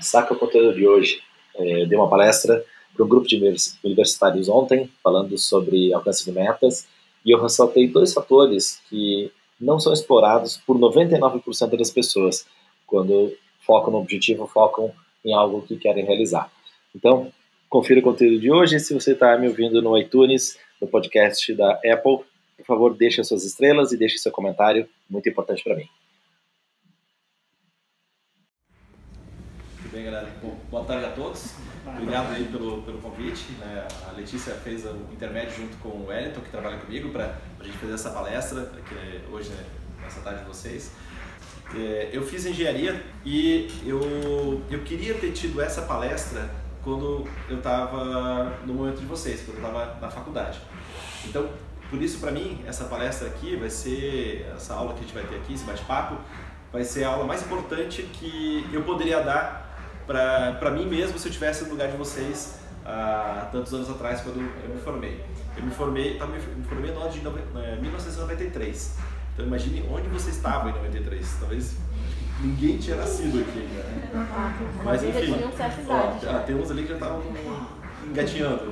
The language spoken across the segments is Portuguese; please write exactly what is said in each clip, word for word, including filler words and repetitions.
Saca o conteúdo de hoje. É, eu dei uma palestra para um grupo de universitários ontem, falando sobre alcance de metas, e eu ressaltei dois fatores que não são explorados por noventa e nove por cento das pessoas quando focam no objetivo, focam em algo que querem realizar. Então, confira o conteúdo de hoje. Se você está me ouvindo no iTunes, no podcast da Apple, por favor, deixe as suas estrelas e deixe seu comentário, muito importante para mim. Tudo bem, galera? Bom, boa tarde a todos. Obrigado aí pelo, pelo convite. Né? A Letícia fez o intermédio junto com o Wellington, que trabalha comigo, para a gente fazer essa palestra aqui, né, hoje, né, nessa tarde de vocês. É, eu fiz engenharia e eu, eu queria ter tido essa palestra quando eu estava no momento de vocês, quando eu estava na faculdade. Então, por isso, para mim, essa palestra aqui vai ser, essa aula que a gente vai ter aqui, esse bate-papo, vai ser a aula mais importante que eu poderia dar para mim mesmo se eu estivesse no lugar de vocês há tantos anos atrás, quando eu me formei. Eu me formei, tá, me formei no ano de mil novecentos e noventa e três. Então imagine onde você estava em noventa e três. Talvez ninguém tinha nascido aqui. Né? Mas enfim, ó, tem uns ali que já estavam engatinhando.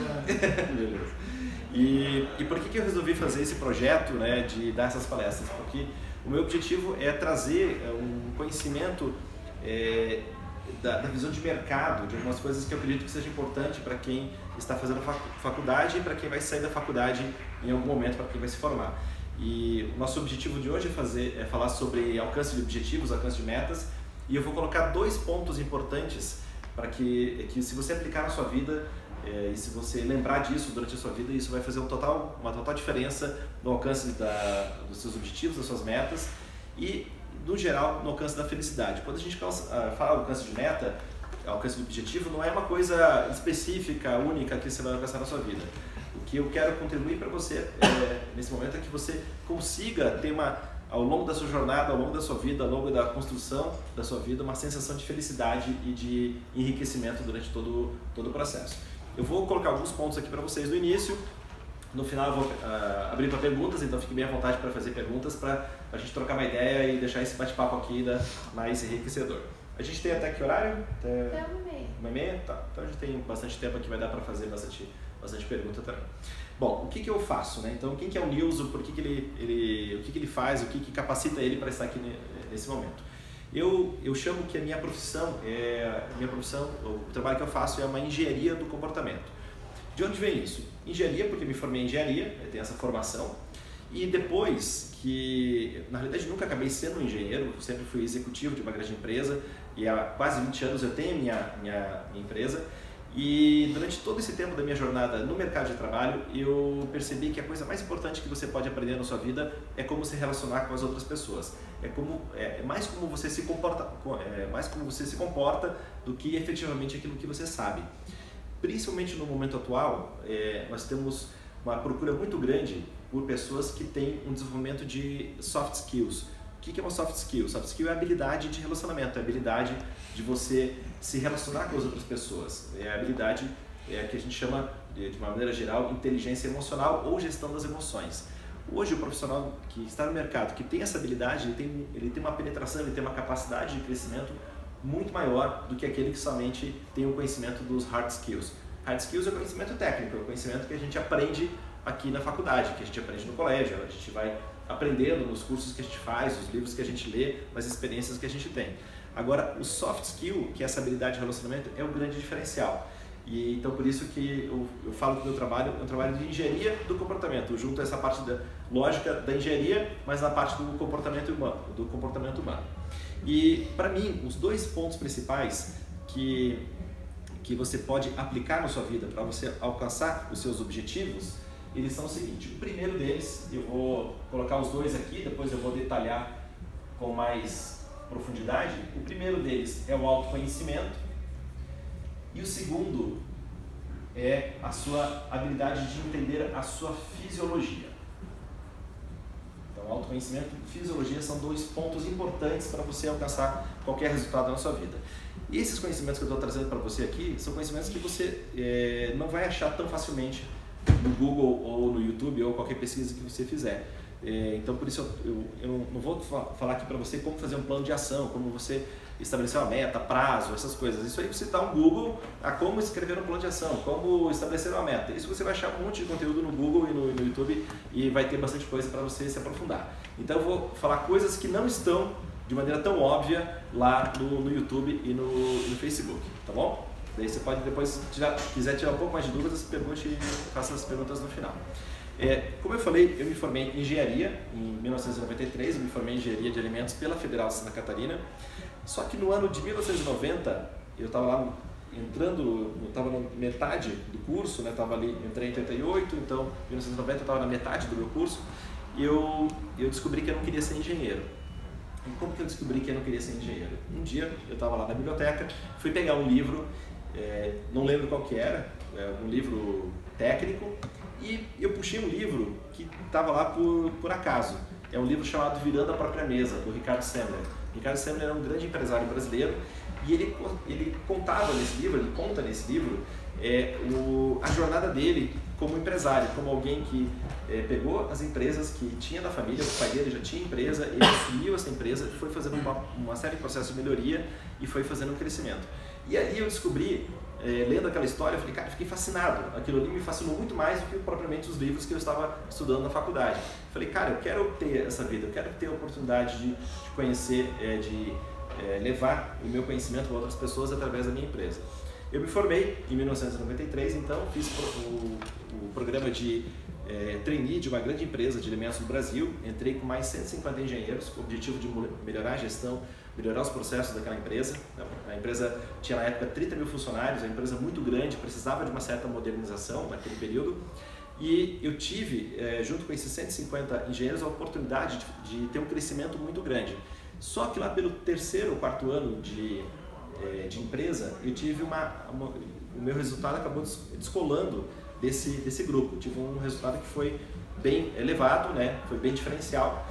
Beleza. E, e por que, que eu resolvi fazer esse projeto, né, de dar essas palestras? Porque o meu objetivo é trazer um conhecimento é, da, da visão de mercado, de algumas coisas que eu acredito que seja importante para quem está fazendo faculdade e para quem vai sair da faculdade em algum momento, para quem vai se formar. E o nosso objetivo de hoje é, fazer, é falar sobre alcance de objetivos, alcance de metas, e eu vou colocar dois pontos importantes para que, que se você aplicar na sua vida, É, e se você lembrar disso durante a sua vida, isso vai fazer um total, uma total diferença no alcance da, dos seus objetivos, das suas metas e, no geral, no alcance da felicidade. Quando a gente fala alcance de meta, alcance de objetivo, não é uma coisa específica, única que você vai alcançar na sua vida. O que eu quero contribuir para você é, nesse momento é que você consiga ter uma, ao longo da sua jornada, ao longo da sua vida, ao longo da construção da sua vida, uma sensação de felicidade e de enriquecimento durante todo, todo o processo. Eu vou colocar alguns pontos aqui para vocês no início, no final eu vou uh, abrir para perguntas, então fique bem à vontade para fazer perguntas, para a gente trocar uma ideia e deixar esse bate-papo aqui da, mais enriquecedor. A gente tem até que horário? Até, até uma e meia. Uma e meia? Tá. Então a gente tem bastante tempo aqui, vai dar para fazer bastante, bastante pergunta também. Bom, o que, que eu faço, né? Então, quem que é o Nilson, por que, que, ele, ele, o que, que ele faz, o que, que capacita ele para estar aqui nesse momento? Eu, eu chamo que a minha profissão, é, minha profissão, o trabalho que eu faço é uma engenharia do comportamento. De onde vem isso? Engenharia, porque me formei em engenharia, eu tenho essa formação, e depois que, na realidade, nunca acabei sendo um engenheiro, sempre fui executivo de uma grande empresa, e há quase vinte anos eu tenho minha, minha, minha empresa, e durante todo esse tempo da minha jornada no mercado de trabalho, eu percebi que a coisa mais importante que você pode aprender na sua vida é como se relacionar com as outras pessoas. É, como, é mais como você se comporta, é mais como você se comporta do que efetivamente aquilo que você sabe. Principalmente no momento atual, é, nós temos uma procura muito grande por pessoas que têm um desenvolvimento de soft skills. O que é uma soft skill? Soft skill é a habilidade de relacionamento, é a habilidade de você se relacionar com as outras pessoas. É a habilidade é, que a gente chama, de uma maneira geral, inteligência emocional ou gestão das emoções. Hoje, o profissional que está no mercado, que tem essa habilidade, ele tem, ele tem uma penetração, ele tem uma capacidade de crescimento muito maior do que aquele que somente tem o conhecimento dos hard skills. Hard skills é o conhecimento técnico, é o conhecimento que a gente aprende aqui na faculdade, que a gente aprende no colégio, a gente vai aprendendo nos cursos que a gente faz, os livros que a gente lê, nas experiências que a gente tem. Agora, o soft skill, que é essa habilidade de relacionamento, é o grande diferencial. E então por isso que eu, eu falo que o meu trabalho é um trabalho de engenharia do comportamento, junto a essa parte da lógica da engenharia, mas na parte do comportamento humano. Do comportamento humano. E para mim, os dois pontos principais que, que você pode aplicar na sua vida para você alcançar os seus objetivos, eles são o seguinte: o primeiro deles, eu vou colocar os dois aqui, depois eu vou detalhar com mais profundidade. O primeiro deles é o autoconhecimento e o segundo é a sua habilidade de entender a sua fisiologia. Então, autoconhecimento e fisiologia são dois pontos importantes para você alcançar qualquer resultado na sua vida. E esses conhecimentos que eu estou trazendo para você aqui são conhecimentos que você é, não vai achar tão facilmente no Google ou no YouTube ou qualquer pesquisa que você fizer. É, então, por isso eu, eu, eu não vou falar aqui para você como fazer um plano de ação, como você estabelecer uma meta, prazo, essas coisas. Isso aí você dá um Google a como escrever um plano de ação, como estabelecer uma meta. Isso você vai achar um monte de conteúdo no Google e no, no YouTube e vai ter bastante coisa para você se aprofundar. Então eu vou falar coisas que não estão de maneira tão óbvia lá no, no YouTube e no, e no Facebook, tá bom? Daí você pode depois, se quiser tirar um pouco mais de dúvidas, pergunte e faça as perguntas no final. É, como eu falei, eu me formei em engenharia em mil novecentos e noventa e três, eu me formei em engenharia de alimentos pela Federal de Santa Catarina. Só que no ano de mil novecentos e noventa, eu estava lá entrando, eu estava na metade do curso, né? Tava ali, entrei em oitenta e oito, então em mil novecentos e noventa eu estava na metade do meu curso e eu, eu descobri que eu não queria ser engenheiro. E como que eu descobri que eu não queria ser engenheiro? Um dia eu estava lá na biblioteca, fui pegar um livro, é, não lembro qual que era, é, um livro técnico, e eu puxei um livro que estava lá por, por acaso. É um livro chamado Virando a Própria Mesa, do Ricardo Semler. Ricardo Semler era um grande empresário brasileiro e ele, ele contava nesse livro, ele conta nesse livro é, o, a jornada dele como empresário, como alguém que é, pegou as empresas que tinha da família, o pai dele já tinha empresa, ele assumiu essa empresa, foi fazendo uma, uma série de processos de melhoria e foi fazendo um crescimento. E aí eu descobri, é, lendo aquela história, eu falei, cara, eu fiquei fascinado. Aquilo ali me fascinou muito mais do que propriamente os livros que eu estava estudando na faculdade. Eu falei, cara, eu quero ter essa vida, eu quero ter a oportunidade de, de conhecer, é, de é, levar o meu conhecimento para outras pessoas através da minha empresa. Eu me formei em mil novecentos e noventa e três, então fiz o, o programa de é, trainee de uma grande empresa de alimentos do Brasil. Entrei com mais cento e cinquenta engenheiros com o objetivo de melhorar a gestão, melhorar os processos daquela empresa. A empresa tinha na época trinta mil funcionários, a empresa muito grande, precisava de uma certa modernização naquele período. E eu tive, é, junto com esses cento e cinquenta engenheiros, a oportunidade de, de ter um crescimento muito grande. Só que lá pelo terceiro ou quarto ano de de empresa, eu tive uma, uma, o meu resultado acabou descolando desse, desse grupo. Eu tive um resultado que foi bem elevado, né? Foi bem diferencial.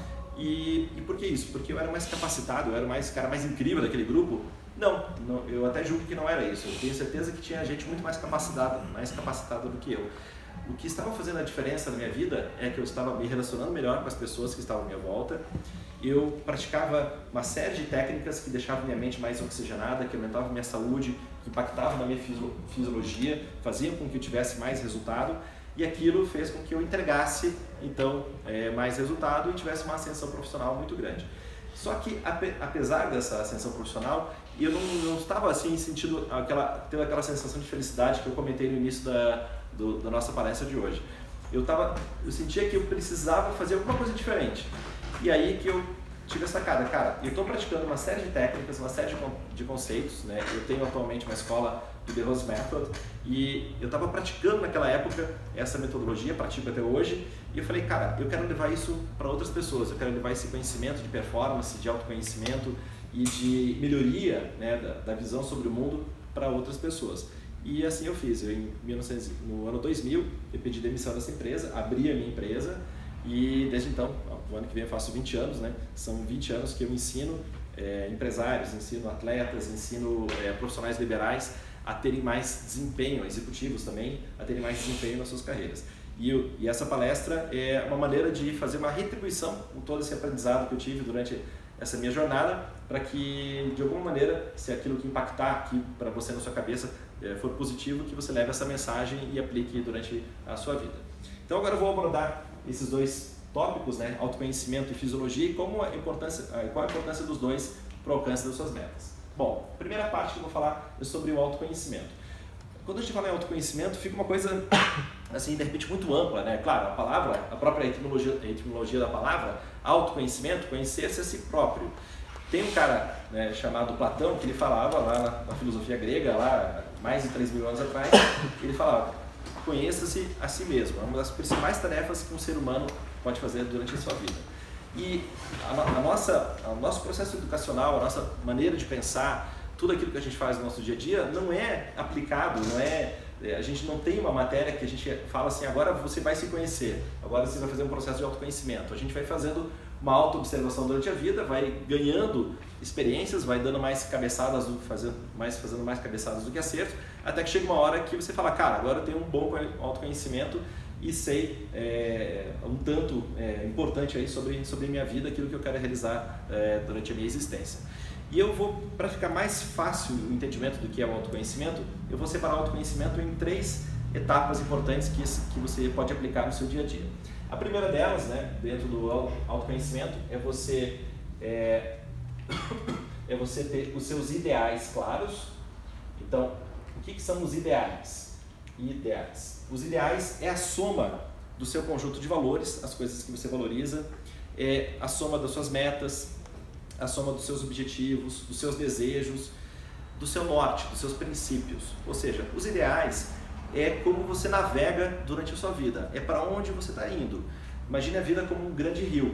E, e por que isso? Porque eu era mais capacitado, eu era mais cara mais incrível daquele grupo? Não, não, eu até julgo que não era isso. Eu tenho certeza que tinha gente muito mais capacitada, mais capacitada do que eu. O que estava fazendo a diferença na minha vida é que eu estava me relacionando melhor com as pessoas que estavam à minha volta. Eu praticava uma série de técnicas que deixavam minha mente mais oxigenada, que aumentavam minha saúde, que impactavam na minha fisiologia, faziam com que eu tivesse mais resultado, e aquilo fez com que eu entregasse então é, mais resultado e tivesse uma ascensão profissional muito grande. Só que apesar dessa ascensão profissional, eu não, não estava assim sentindo aquela, tendo aquela sensação de felicidade que eu comentei no início da, do, da nossa palestra de hoje. Eu, tava, eu sentia que eu precisava fazer alguma coisa diferente. E aí que eu tive essa sacada, cara, eu estou praticando uma série de técnicas, uma série de, de conceitos, né? Eu tenho atualmente uma escola do The Rose Method e eu estava praticando naquela época essa metodologia, pratico até hoje, e eu falei, cara, eu quero levar isso para outras pessoas, eu quero levar esse conhecimento de performance, de autoconhecimento e de melhoria, né, da, da visão sobre o mundo para outras pessoas. E assim eu fiz, eu, em mil e novecentos, no ano dois mil, eu pedi demissão dessa empresa, abri a minha empresa. E desde então, o ano que vem eu faço vinte anos, né? São vinte anos que eu ensino é, empresários, ensino atletas, ensino é, profissionais liberais a terem mais desempenho, executivos também, a terem mais desempenho nas suas carreiras. E, eu, e essa palestra é uma maneira de fazer uma retribuição com todo esse aprendizado que eu tive durante essa minha jornada, para que, de alguma maneira, se aquilo que impactar aqui para você na sua cabeça é, for positivo, que você leve essa mensagem e aplique durante a sua vida. Então agora eu vou abordar esses dois tópicos, né, autoconhecimento e fisiologia, e como a importância, qual a importância dos dois para o alcance das suas metas. Bom, a primeira parte que eu vou falar é sobre o autoconhecimento. Quando a gente fala em autoconhecimento, fica uma coisa, assim, de repente muito ampla, né? Claro, a palavra, a própria etimologia, a etimologia da palavra, autoconhecimento, conhecer-se a si próprio. Tem um cara, né, chamado Platão, que ele falava lá na, na filosofia grega, lá mais de três mil anos atrás, ele falava, conheça-se a si mesmo. É uma das principais tarefas que um ser humano pode fazer durante a sua vida. E a, a nossa, o nosso processo educacional, a nossa maneira de pensar, tudo aquilo que a gente faz no nosso dia a dia não é aplicado, não é, a gente não tem uma matéria que a gente fala assim, agora você vai se conhecer, agora você vai fazer um processo de autoconhecimento. A gente vai fazendo uma auto-observação durante a vida, vai ganhando experiências, vai dando mais cabeçadas, fazendo mais, fazendo mais cabeçadas do que acertos, até que chega uma hora que você fala, cara, agora eu tenho um bom autoconhecimento e sei é, um tanto é, importante aí sobre, sobre a minha vida, aquilo que eu quero realizar é, durante a minha existência. E eu vou, para ficar mais fácil o entendimento do que é o autoconhecimento, eu vou separar o autoconhecimento em três etapas importantes que, que você pode aplicar no seu dia a dia. A primeira delas, né, dentro do autoconhecimento, é você, é, é você ter os seus ideais claros. Então, o que, que são os ideais? Ideais. Os ideais é a soma do seu conjunto de valores, as coisas que você valoriza, é a soma das suas metas, a soma dos seus objetivos, dos seus desejos, do seu norte, dos seus princípios. Ou seja, os ideais é como você navega durante a sua vida, é para onde você está indo. Imagine a vida como um grande rio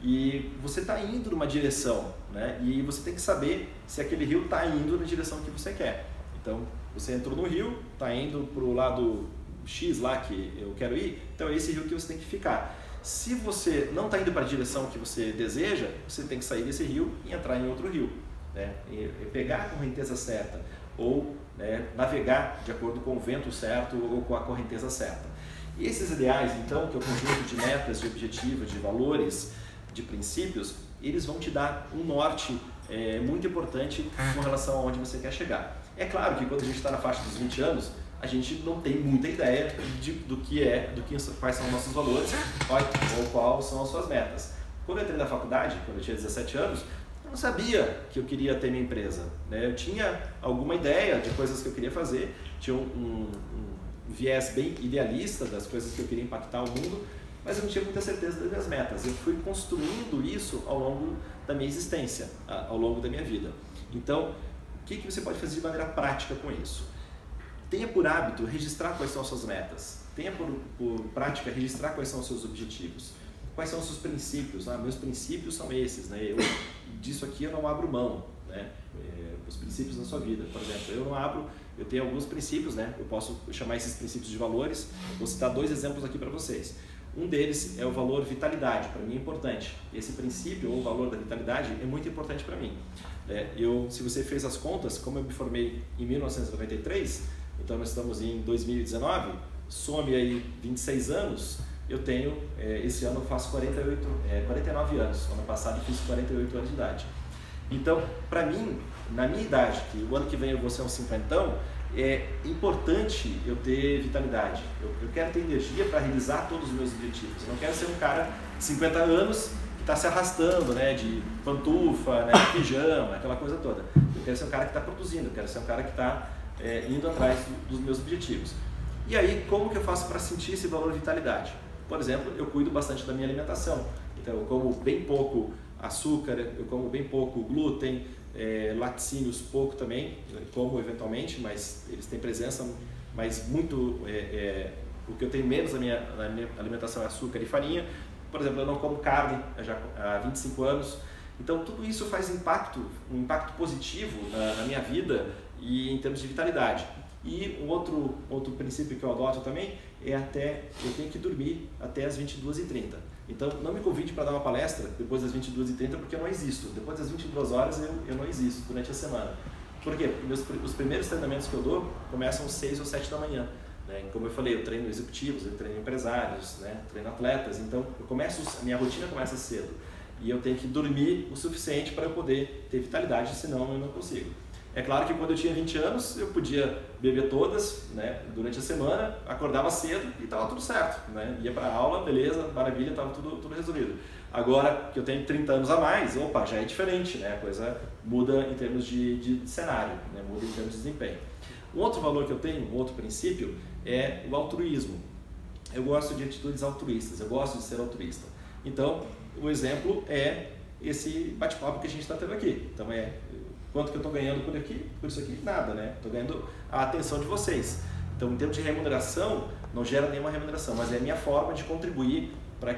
e você está indo numa direção, né? E você tem que saber se aquele rio está indo na direção que você quer. Então, você entrou no rio, está indo para o lado X lá que eu quero ir, então é esse rio que você tem que ficar. Se você não está indo para a direção que você deseja, você tem que sair desse rio e entrar em outro rio, né? E pegar a correnteza certa ou, né, navegar de acordo com o vento certo ou com a correnteza certa. E esses ideais, então, que é o conjunto de metas, de objetivos, de valores, de princípios, eles vão te dar um norte é, muito importante com relação a onde você quer chegar. É claro que quando a gente está na faixa dos vinte anos, a gente não tem muita ideia de, do que é, do que, quais são os nossos valores ou quais são as suas metas. Quando eu entrei na faculdade, quando eu tinha dezessete anos, eu não sabia que eu queria ter minha empresa, né? Eu tinha alguma ideia de coisas que eu queria fazer, tinha um, um, um viés bem idealista das coisas que eu queria impactar o mundo, mas eu não tinha muita certeza das minhas metas. Eu fui construindo isso ao longo da minha existência, ao longo da minha vida. Então, o que, que você pode fazer de maneira prática com isso? Tenha por hábito registrar quais são as suas metas. Tenha por, por prática registrar quais são os seus objetivos. Quais são os seus princípios? Ah, meus princípios são esses, né? Eu, disso aqui eu não abro mão, né? É, os princípios da sua vida, por exemplo, eu não abro, eu tenho alguns princípios, né? Eu posso chamar esses princípios de valores. Vou citar dois exemplos aqui para vocês. Um deles é o valor vitalidade, para mim é importante. Esse princípio ou valor da vitalidade é muito importante para mim. É, eu, se você fez as contas, como eu me formei em mil novecentos e noventa e três, então nós estamos em dois mil e dezenove, some aí vinte e seis anos, eu tenho, é, esse ano eu faço quarenta e oito, é, quarenta e nove anos, ano passado eu fiz quarenta e oito anos de idade. Então, para mim, na minha idade, que o ano que vem eu vou ser um cinquentão, é importante eu ter vitalidade. Eu, eu quero ter energia para realizar todos os meus objetivos. Eu não quero ser um cara de cinquenta anos que está se arrastando, né, de pantufa, né, de pijama, aquela coisa toda. Eu quero ser um cara que está produzindo, eu quero ser um cara que está é, indo atrás do, dos meus objetivos. E aí, como que eu faço para sentir esse valor de vitalidade? Por exemplo, eu cuido bastante da minha alimentação. Então, eu como bem pouco açúcar, eu como bem pouco glúten, é, laticínios pouco também, como eventualmente, mas eles têm presença, mas muito, é, é, o que eu tenho menos na minha, na minha alimentação é açúcar e farinha. Por exemplo, eu não como carne já há vinte e cinco anos. Então, tudo isso faz impacto, um impacto positivo na, na minha vida e em termos de vitalidade. E um outro, outro princípio que eu adoto também é até, eu tenho que dormir até as vinte e duas e trinta. Então, não me convide para dar uma palestra depois das vinte e duas e trinta, porque eu não existo. Depois das vinte e duas horas eu, eu não existo durante a semana. Por quê? Porque meus, os primeiros treinamentos que eu dou começam às seis ou sete da manhã. Né? Como eu falei, eu treino executivos, eu treino empresários, né? Treino atletas. Então, eu começo, a minha rotina começa cedo. E eu tenho que dormir o suficiente para eu poder ter vitalidade, senão eu não consigo. É claro que quando eu tinha vinte anos, eu podia beber todas, né, durante a semana, acordava cedo e estava tudo certo, né? Ia para a aula, beleza, maravilha, estava tudo, tudo resolvido. Agora que eu tenho trinta anos a mais, opa, já é diferente, né? A coisa muda em termos de, de cenário, né? Muda em termos de desempenho. Um outro valor que eu tenho, um outro princípio, é o altruísmo. Eu gosto de atitudes altruístas, eu gosto de ser altruísta. Então, o exemplo é esse bate-papo que a gente está tendo aqui. Então, é quanto que eu estou ganhando por aqui, por isso aqui, nada, né? Estou ganhando a atenção de vocês. Então, em termos de remuneração, não gera nenhuma remuneração, mas é a minha forma de contribuir para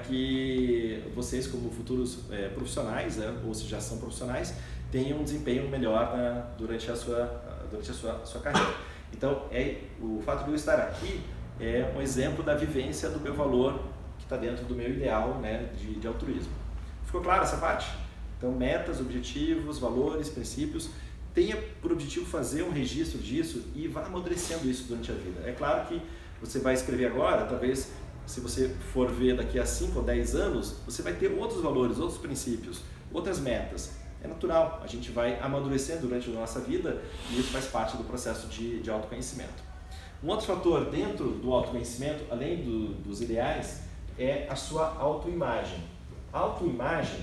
que vocês, como futuros é, profissionais, né, ou se já são profissionais, tenham um desempenho melhor na, durante a sua, durante a sua, a sua carreira. Então, é, o fato de eu estar aqui é um exemplo da vivência do meu valor que está dentro do meu ideal, né, de, de altruísmo. Ficou claro essa parte? Então, metas, objetivos, valores, princípios. Tenha por objetivo fazer um registro disso e vá amadurecendo isso durante a vida. É claro que você vai escrever agora, talvez se você for ver daqui a cinco ou dez anos, você vai ter outros valores, outros princípios, outras metas. É natural, a gente vai amadurecendo durante a nossa vida e isso faz parte do processo de, de autoconhecimento. Um outro fator dentro do autoconhecimento, além do, dos ideais, é a sua autoimagem. Autoimagem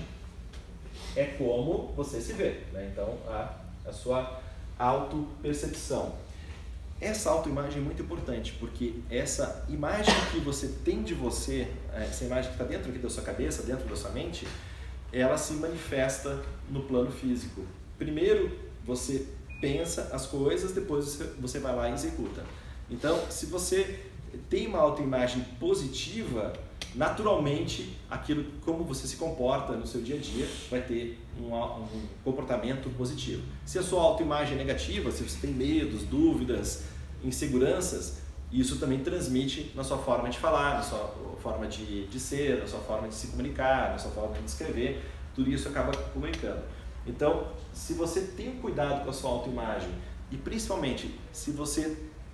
é como você se vê, né? Então a, a sua autopercepção. Essa autoimagem é muito importante, porque essa imagem que você tem de você, essa imagem que está dentro aqui da sua cabeça, dentro da sua mente, ela se manifesta no plano físico. Primeiro você pensa as coisas, depois você, você vai lá e executa. Então, se você tem uma autoimagem positiva, naturalmente, aquilo como você se comporta no seu dia a dia vai ter um, um comportamento positivo. Se a sua autoimagem é negativa, se você tem medos, dúvidas, inseguranças, isso também transmite na sua forma de falar, na sua forma de, de ser, na sua forma de se comunicar, na sua forma de escrever, tudo isso acaba comunicando. Então, se você tem um cuidado com a sua autoimagem e principalmente se você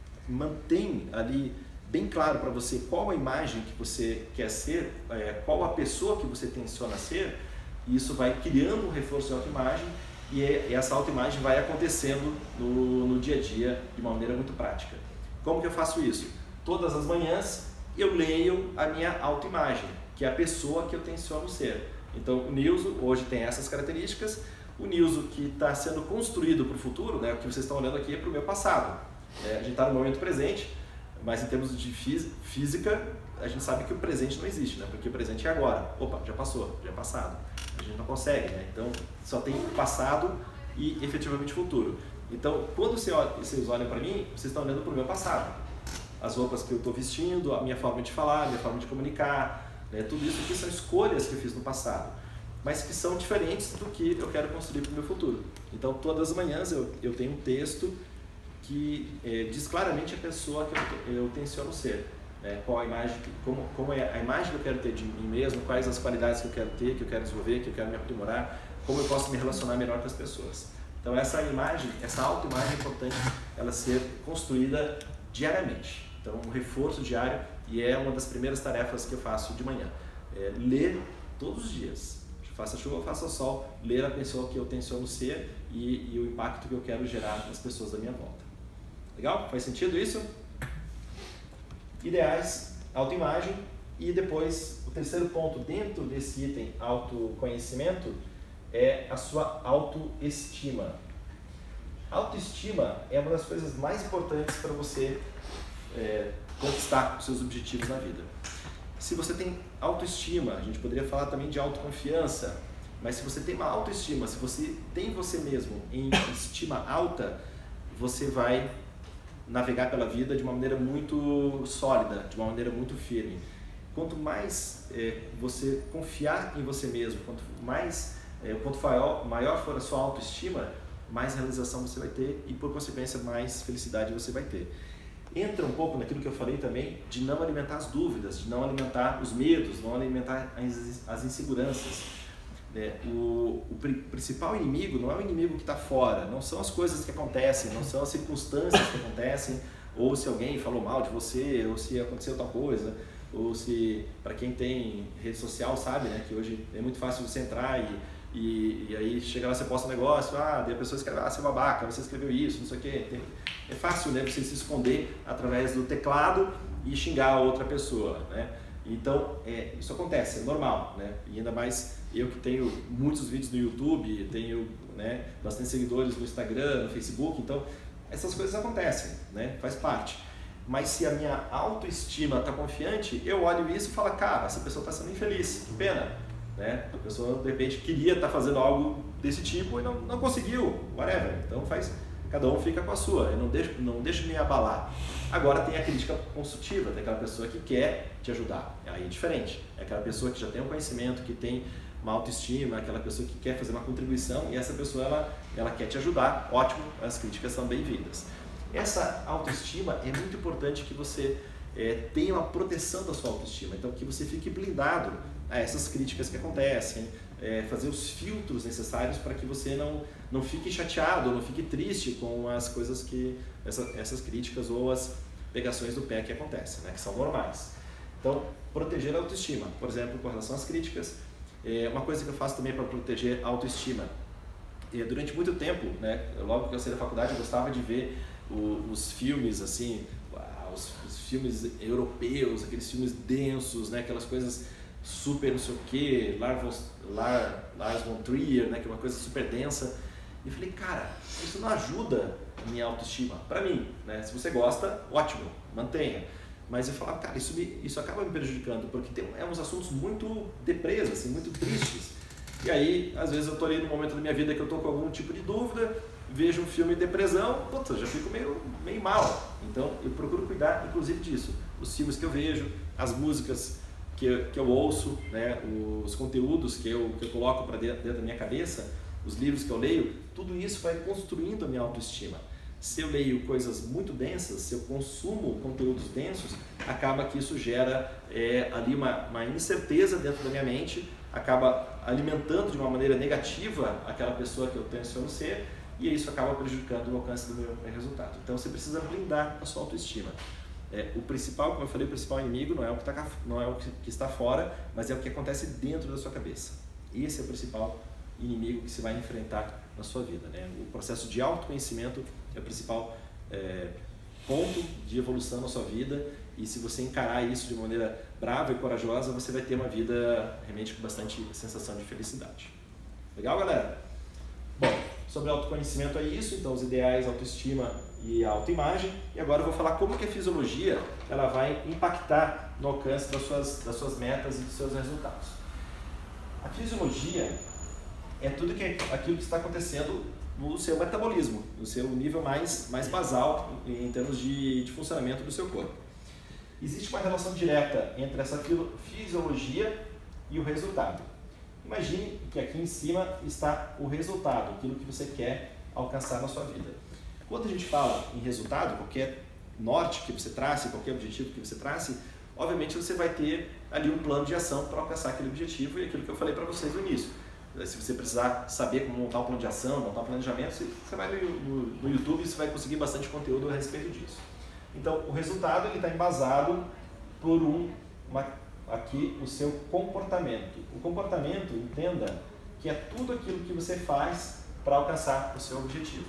mantém ali bem claro para você qual a imagem que você quer ser, é, qual a pessoa que você tenciona ser, isso vai criando um reforço de autoimagem e, é, e essa autoimagem vai acontecendo no, no dia a dia de uma maneira muito prática. Como que eu faço isso? Todas as manhãs eu leio a minha autoimagem, que é a pessoa que eu tenciono ser. Então o Nilson hoje tem essas características, o Nilson que está sendo construído para o futuro, né, o que vocês estão olhando aqui é para o meu passado. É, a gente está no momento presente, mas em termos de física, a gente sabe que o presente não existe, né? Porque o presente é agora. Opa, já passou, já é passado. A gente não consegue, né? Então, só tem passado e efetivamente futuro. Então, quando vocês olham para mim, vocês estão olhando para o meu passado. As roupas que eu estou vestindo, a minha forma de falar, a minha forma de comunicar, né? Tudo isso aqui são escolhas que eu fiz no passado, mas que são diferentes do que eu quero construir para o meu futuro. Então, todas as manhãs eu, eu tenho um texto que é, diz claramente a pessoa que eu, eu tenciono ser, né? Qual a imagem, como, como é a imagem que eu quero ter de mim mesmo, quais as qualidades que eu quero ter, que eu quero desenvolver, que eu quero me aprimorar, como eu posso me relacionar melhor com as pessoas. Então essa imagem, essa autoimagem é importante ela ser construída diariamente. Então um reforço diário e é uma das primeiras tarefas que eu faço de manhã. É ler todos os dias. Faça chuva, faça sol, ler a pessoa que eu tenciono ser e, e o impacto que eu quero gerar nas pessoas da minha volta. Legal? Faz sentido isso? Ideais, autoimagem e depois o terceiro ponto dentro desse item autoconhecimento é a sua autoestima. Autoestima é uma das coisas mais importantes para você é, conquistar os seus objetivos na vida. Se você tem autoestima, a gente poderia falar também de autoconfiança, mas se você tem uma autoestima, se você tem você mesmo em estima alta, você vai navegar pela vida de uma maneira muito sólida, de uma maneira muito firme. Quanto mais é, você confiar em você mesmo, quanto mais, é, quanto maior, maior for a sua autoestima, mais realização você vai ter e, por consequência, mais felicidade você vai ter. Entra um pouco naquilo que eu falei também, de não alimentar as dúvidas, de não alimentar os medos, não alimentar as, as inseguranças. É, o, o principal inimigo não é o inimigo que está fora, não são as coisas que acontecem, não são as circunstâncias que acontecem, ou se alguém falou mal de você, ou se aconteceu tal coisa, ou se, para quem tem rede social sabe, né, que hoje é muito fácil você entrar e, e, e aí chega lá, você posta um negócio, ah, daí a pessoa escreve, ah, você é babaca, você escreveu isso, não sei o quê. Tem, é fácil, né, você se esconder através do teclado e xingar a outra pessoa, né? Então, é, isso acontece, é normal, né? E ainda mais eu que tenho muitos vídeos no YouTube, tenho, né, bastante seguidores no Instagram, no Facebook, então essas coisas acontecem, né? Faz parte. Mas se a minha autoestima está confiante, eu olho isso e falo, cara, essa pessoa está sendo infeliz, que pena, né? A pessoa de repente queria estar tá fazendo algo desse tipo e não, não conseguiu, whatever. Então faz, cada um fica com a sua, eu não deixo, não deixo me abalar. Agora tem a crítica construtiva, tem aquela pessoa que quer te ajudar, aí é diferente, é aquela pessoa que já tem um conhecimento, que tem uma autoestima, aquela pessoa que quer fazer uma contribuição e essa pessoa ela, ela quer te ajudar, ótimo, as críticas são bem-vindas. Essa autoestima é muito importante que você é, tenha uma proteção da sua autoestima, então que você fique blindado a essas críticas que acontecem, é, fazer os filtros necessários para que você não, não fique chateado, não fique triste com as coisas que, essa, essas críticas ou as pegações do pé que acontecem, né, que são normais. Então, proteger a autoestima, por exemplo, com relação às críticas. É uma coisa que eu faço também para proteger a autoestima. E durante muito tempo, né, logo que eu saí da faculdade, eu gostava de ver o, os filmes assim, os, os filmes europeus, aqueles filmes densos, né, aquelas coisas super não sei o que, Lars, Lars von Trier, né, que é uma coisa super densa. E eu falei, cara, isso não ajuda a minha autoestima, para mim, né? Se você gosta, ótimo, mantenha. Mas eu falava, cara, isso, me, isso acaba me prejudicando, porque tem é uns assuntos muito deprês, assim, muito tristes. E aí, às vezes eu tô ali no momento da minha vida que eu tô com algum tipo de dúvida, vejo um filme de depressão, putz, já fico meio, meio mal. Então, eu procuro cuidar, inclusive, disso. Os filmes que eu vejo, as músicas que eu, que eu ouço, né, os conteúdos que eu, que eu coloco para dentro, dentro da minha cabeça, os livros que eu leio, tudo isso vai construindo a minha autoestima. Se eu leio coisas muito densas, se eu consumo conteúdos densos, acaba que isso gera é, ali uma, uma incerteza dentro da minha mente, acaba alimentando de uma maneira negativa aquela pessoa que eu tenciono ser, e isso acaba prejudicando o alcance do meu resultado. Então você precisa blindar a sua autoestima. É, o principal, como eu falei, o principal inimigo não é o que, tá, não é o que está fora, mas é o que acontece dentro da sua cabeça. Esse é o principal inimigo que você vai enfrentar na sua vida, né? O processo de autoconhecimento é o principal é, ponto de evolução na sua vida, e se você encarar isso de maneira brava e corajosa, você vai ter uma vida realmente com bastante sensação de felicidade. Legal, galera? Bom, sobre autoconhecimento é isso, então os ideais, autoestima e autoimagem, e agora eu vou falar como que a fisiologia ela vai impactar no alcance das suas, das suas metas e dos seus resultados. A fisiologia é tudo que, aquilo que está acontecendo no seu metabolismo, no seu nível mais, mais basal em termos de, de funcionamento do seu corpo. Existe uma relação direta entre essa fisiologia e o resultado. Imagine que aqui em cima está o resultado, aquilo que você quer alcançar na sua vida. Quando a gente fala em resultado, qualquer norte que você trace, qualquer objetivo que você trace, obviamente você vai ter ali um plano de ação para alcançar aquele objetivo, e aquilo que eu falei para vocês no início. Se você precisar saber como montar um plano de ação, montar um planejamento, você vai no, no, no YouTube e você vai conseguir bastante conteúdo a respeito disso. Então, o resultado está embasado por um, uma, aqui o seu comportamento. O comportamento, entenda, que é tudo aquilo que você faz para alcançar o seu objetivo.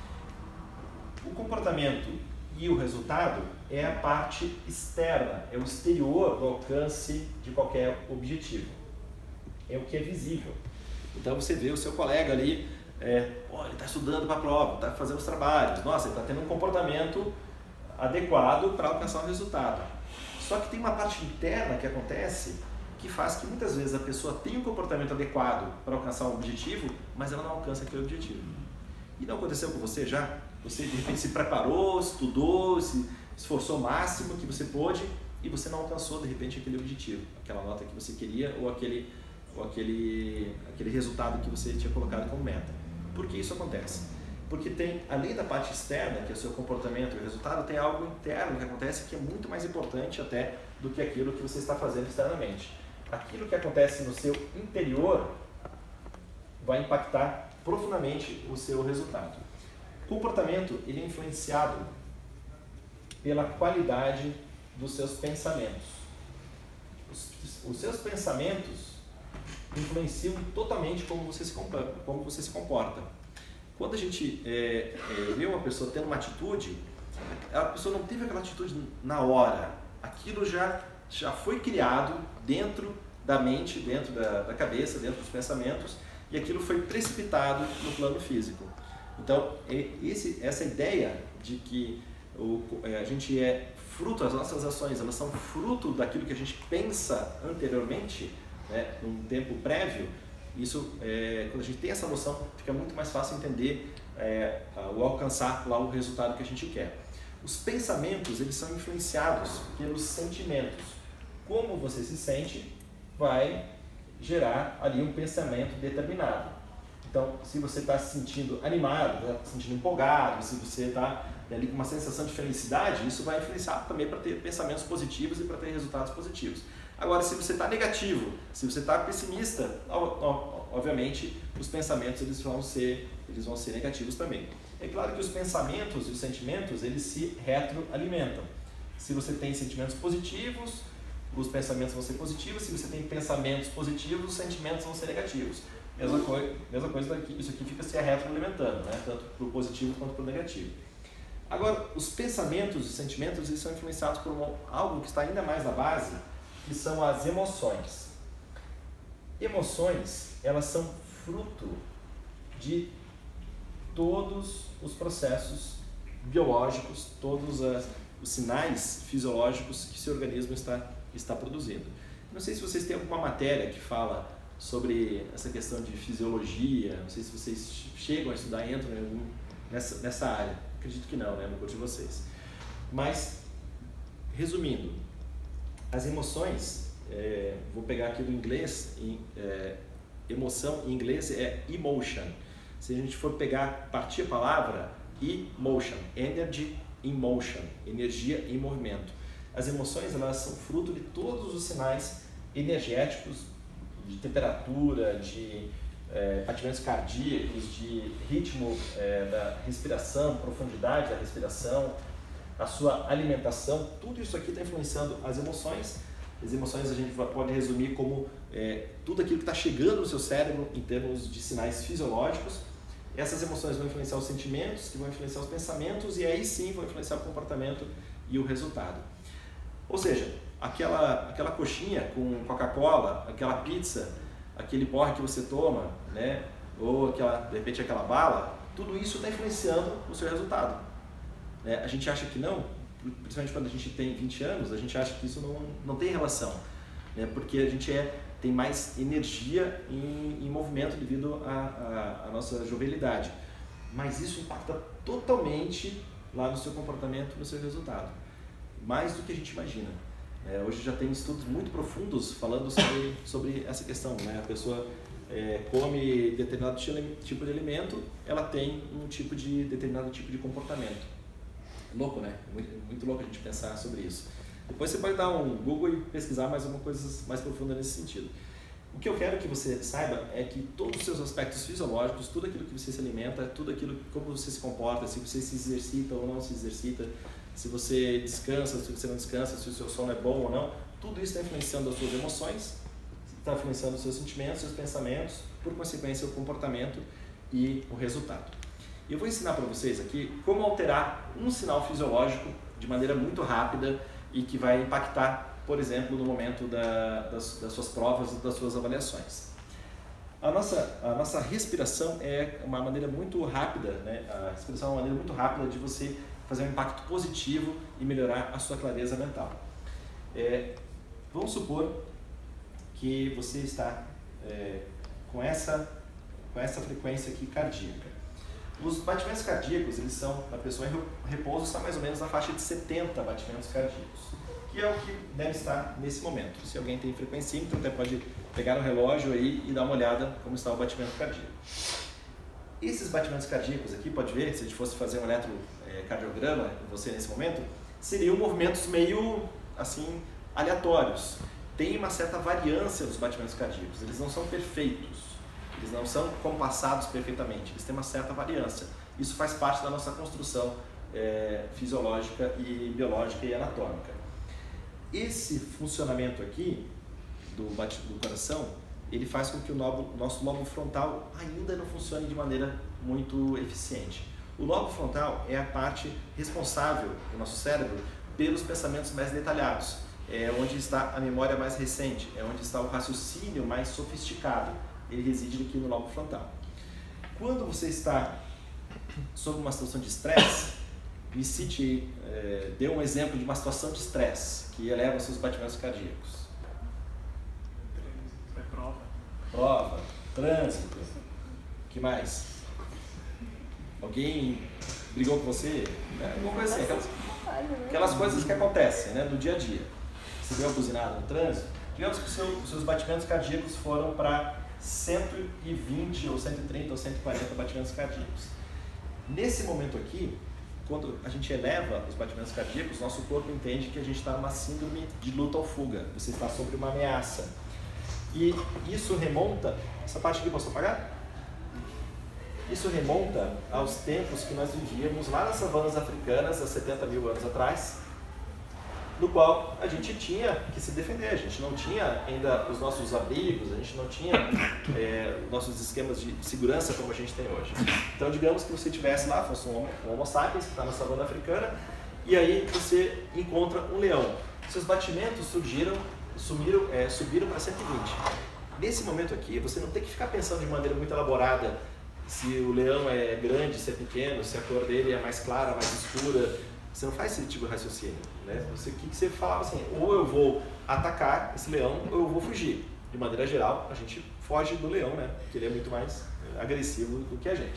O comportamento e o resultado é a parte externa, é o exterior do alcance de qualquer objetivo. É o que é visível. Então você vê o seu colega ali, é, oh, ele está estudando para a prova, está fazendo os trabalhos, nossa, ele está tendo um comportamento adequado para alcançar o resultado. Só que tem uma parte interna que acontece que faz que muitas vezes a pessoa tem um comportamento adequado para alcançar um objetivo, mas ela não alcança aquele objetivo. E não aconteceu com você já? Você de repente se preparou, estudou, se esforçou o máximo que você pôde e você não alcançou de repente aquele objetivo, aquela nota que você queria ou aquele ou aquele, aquele resultado que você tinha colocado como meta. Por que isso acontece? Porque tem, além da parte externa, que é o seu comportamento e o resultado, tem algo interno que acontece que é muito mais importante até do que aquilo que você está fazendo externamente. Aquilo que acontece no seu interior vai impactar profundamente o seu resultado. O comportamento ele é influenciado pela qualidade dos seus pensamentos. Os, os seus pensamentos influenciam totalmente como você se comporta. Como você se comporta. Quando a gente é, é, vê uma pessoa tendo uma atitude, a pessoa não teve aquela atitude na hora. Aquilo já, já foi criado dentro da mente, dentro da, da cabeça, dentro dos pensamentos, e aquilo foi precipitado no plano físico. Então, esse, essa ideia de que o, a gente é fruto, as nossas ações, elas são fruto daquilo que a gente pensa anteriormente, né, num tempo prévio, isso, é, quando a gente tem essa noção, fica muito mais fácil entender é, o alcançar lá o resultado que a gente quer. Os pensamentos, eles são influenciados pelos sentimentos. Como você se sente, vai gerar ali um pensamento determinado. Então, se você está se sentindo animado, está se sentindo empolgado, se você está ali com uma sensação de felicidade, isso vai influenciar também para ter pensamentos positivos e para ter resultados positivos. Agora, se você está negativo, se você está pessimista, obviamente os pensamentos eles vão ser, eles vão ser negativos também. É claro que os pensamentos e os sentimentos eles se retroalimentam. Se você tem sentimentos positivos, os pensamentos vão ser positivos. Se você tem pensamentos positivos, os sentimentos vão ser negativos. Mesma coisa, mesma coisa daqui, isso aqui fica se retroalimentando, né? Tanto para o positivo quanto para o negativo. Agora, os pensamentos e sentimentos eles são influenciados por uma, algo que está ainda mais na base, que são as emoções. Emoções, elas são fruto de todos os processos biológicos, todos as, os sinais fisiológicos que seu organismo está, está produzindo. Não sei se vocês têm alguma matéria que fala sobre essa questão de fisiologia, não sei se vocês chegam a estudar, entram em algum, nessa, nessa área. Acredito que não, né, no curso de vocês. Mas, resumindo, as emoções, é, vou pegar aqui do inglês, em, é, emoção em inglês é emotion. Se a gente for pegar, partir a palavra, emotion, energy in motion, energia em movimento. As emoções, elas são fruto de todos os sinais energéticos, de temperatura, de é, batimentos cardíacos, de ritmo é, da respiração, profundidade da respiração, a sua alimentação, tudo isso aqui está influenciando as emoções. As emoções a gente pode resumir como é, tudo aquilo que está chegando no seu cérebro em termos de sinais fisiológicos. Essas emoções vão influenciar os sentimentos, que vão influenciar os pensamentos e aí sim vão influenciar o comportamento e o resultado. Ou seja, aquela, aquela coxinha com Coca-Cola, aquela pizza, aquele porre que você toma, né? Ou aquela, de repente aquela bala, tudo isso está influenciando o seu resultado. Né? A gente acha que não, principalmente quando a gente tem vinte anos, a gente acha que isso não, não tem relação, né? Porque a gente é, tem mais energia em, em movimento devido à nossa jovialidade. Mas isso impacta totalmente lá no seu comportamento, no seu resultado. Mais do que a gente imagina. É, hoje já tem estudos muito profundos falando sobre, sobre essa questão, né? A pessoa é, come determinado tipo de alimento, ela tem um tipo de, determinado tipo de comportamento. Louco, né? Muito, muito louco a gente pensar sobre isso. Depois você pode dar um Google e pesquisar mais uma coisa mais profunda nesse sentido. O que eu quero que você saiba é que todos os seus aspectos fisiológicos, tudo aquilo que você se alimenta, tudo aquilo, como você se comporta, se você se exercita ou não se exercita, se você descansa, se você não descansa, se o seu sono é bom ou não, tudo isso está influenciando as suas emoções, está influenciando os seus sentimentos, seus pensamentos, por consequência o comportamento e o resultado. Eu vou ensinar para vocês aqui como alterar um sinal fisiológico de maneira muito rápida e que vai impactar, por exemplo, no momento da, das, das suas provas e das suas avaliações. A nossa, a nossa respiração é uma maneira muito rápida, né? A respiração é uma maneira muito rápida de você fazer um impacto positivo e melhorar a sua clareza mental. É, vamos supor que você está é, com, essa, com essa frequência aqui cardíaca. Os batimentos cardíacos, eles são, na pessoa em repouso, está mais ou menos na faixa de setenta batimentos cardíacos, que é o que deve estar nesse momento. Se alguém tem frequencímetro, até pode pegar o relógio aí e dar uma olhada como está o batimento cardíaco. Esses batimentos cardíacos aqui, pode ver, se a gente fosse fazer um eletrocardiograma em você nesse momento, seriam movimentos meio, assim, aleatórios. Tem uma certa variância dos batimentos cardíacos, eles não são perfeitos. Eles não são compassados perfeitamente, eles têm uma certa variância. Isso faz parte da nossa construção é, fisiológica e biológica e anatômica. Esse funcionamento aqui do, do coração, ele faz com que o lobo, nosso lobo frontal ainda não funcione de maneira muito eficiente. O lobo frontal é a parte responsável do nosso cérebro pelos pensamentos mais detalhados, é onde está a memória mais recente, é onde está o raciocínio mais sofisticado. Ele reside aqui no lobo frontal. Quando você está sob uma situação de estresse, me cite, é, dê um exemplo de uma situação de estresse que eleva seus batimentos cardíacos. É prova. Prova, trânsito, o que mais? Alguém brigou com você? É, alguma coisa assim, aquelas, aquelas coisas que acontecem, né, no dia a dia. Você deu uma buzinada no trânsito, digamos que seu, os seus batimentos cardíacos foram para cento e vinte ou cento e trinta ou cento e quarenta batimentos cardíacos. Nesse momento aqui, quando a gente eleva os batimentos cardíacos, nosso corpo entende que a gente está numa síndrome de luta ou fuga. Você está sob uma ameaça. E isso remonta... Essa parte aqui posso apagar? Isso remonta aos tempos que nós vivíamos lá nas savanas africanas, há setenta mil anos atrás, no qual a gente tinha que se defender, a gente não tinha ainda os nossos abrigos, a gente não tinha é, nossos esquemas de segurança como a gente tem hoje. Então, digamos que você estivesse lá, fosse um homo, um homo sapiens que está na savana africana, e aí você encontra um leão. Seus batimentos surgiram, sumiram, é, subiram para cento e vinte. Nesse momento aqui, você não tem que ficar pensando de maneira muito elaborada se o leão é grande, se é pequeno, se a cor dele é mais clara, mais escura. Você não faz esse tipo de raciocínio, né? Você, o que, que você falava assim, ou eu vou atacar esse leão ou eu vou fugir. De maneira geral, a gente foge do leão, né? Porque ele é muito mais agressivo do que a gente.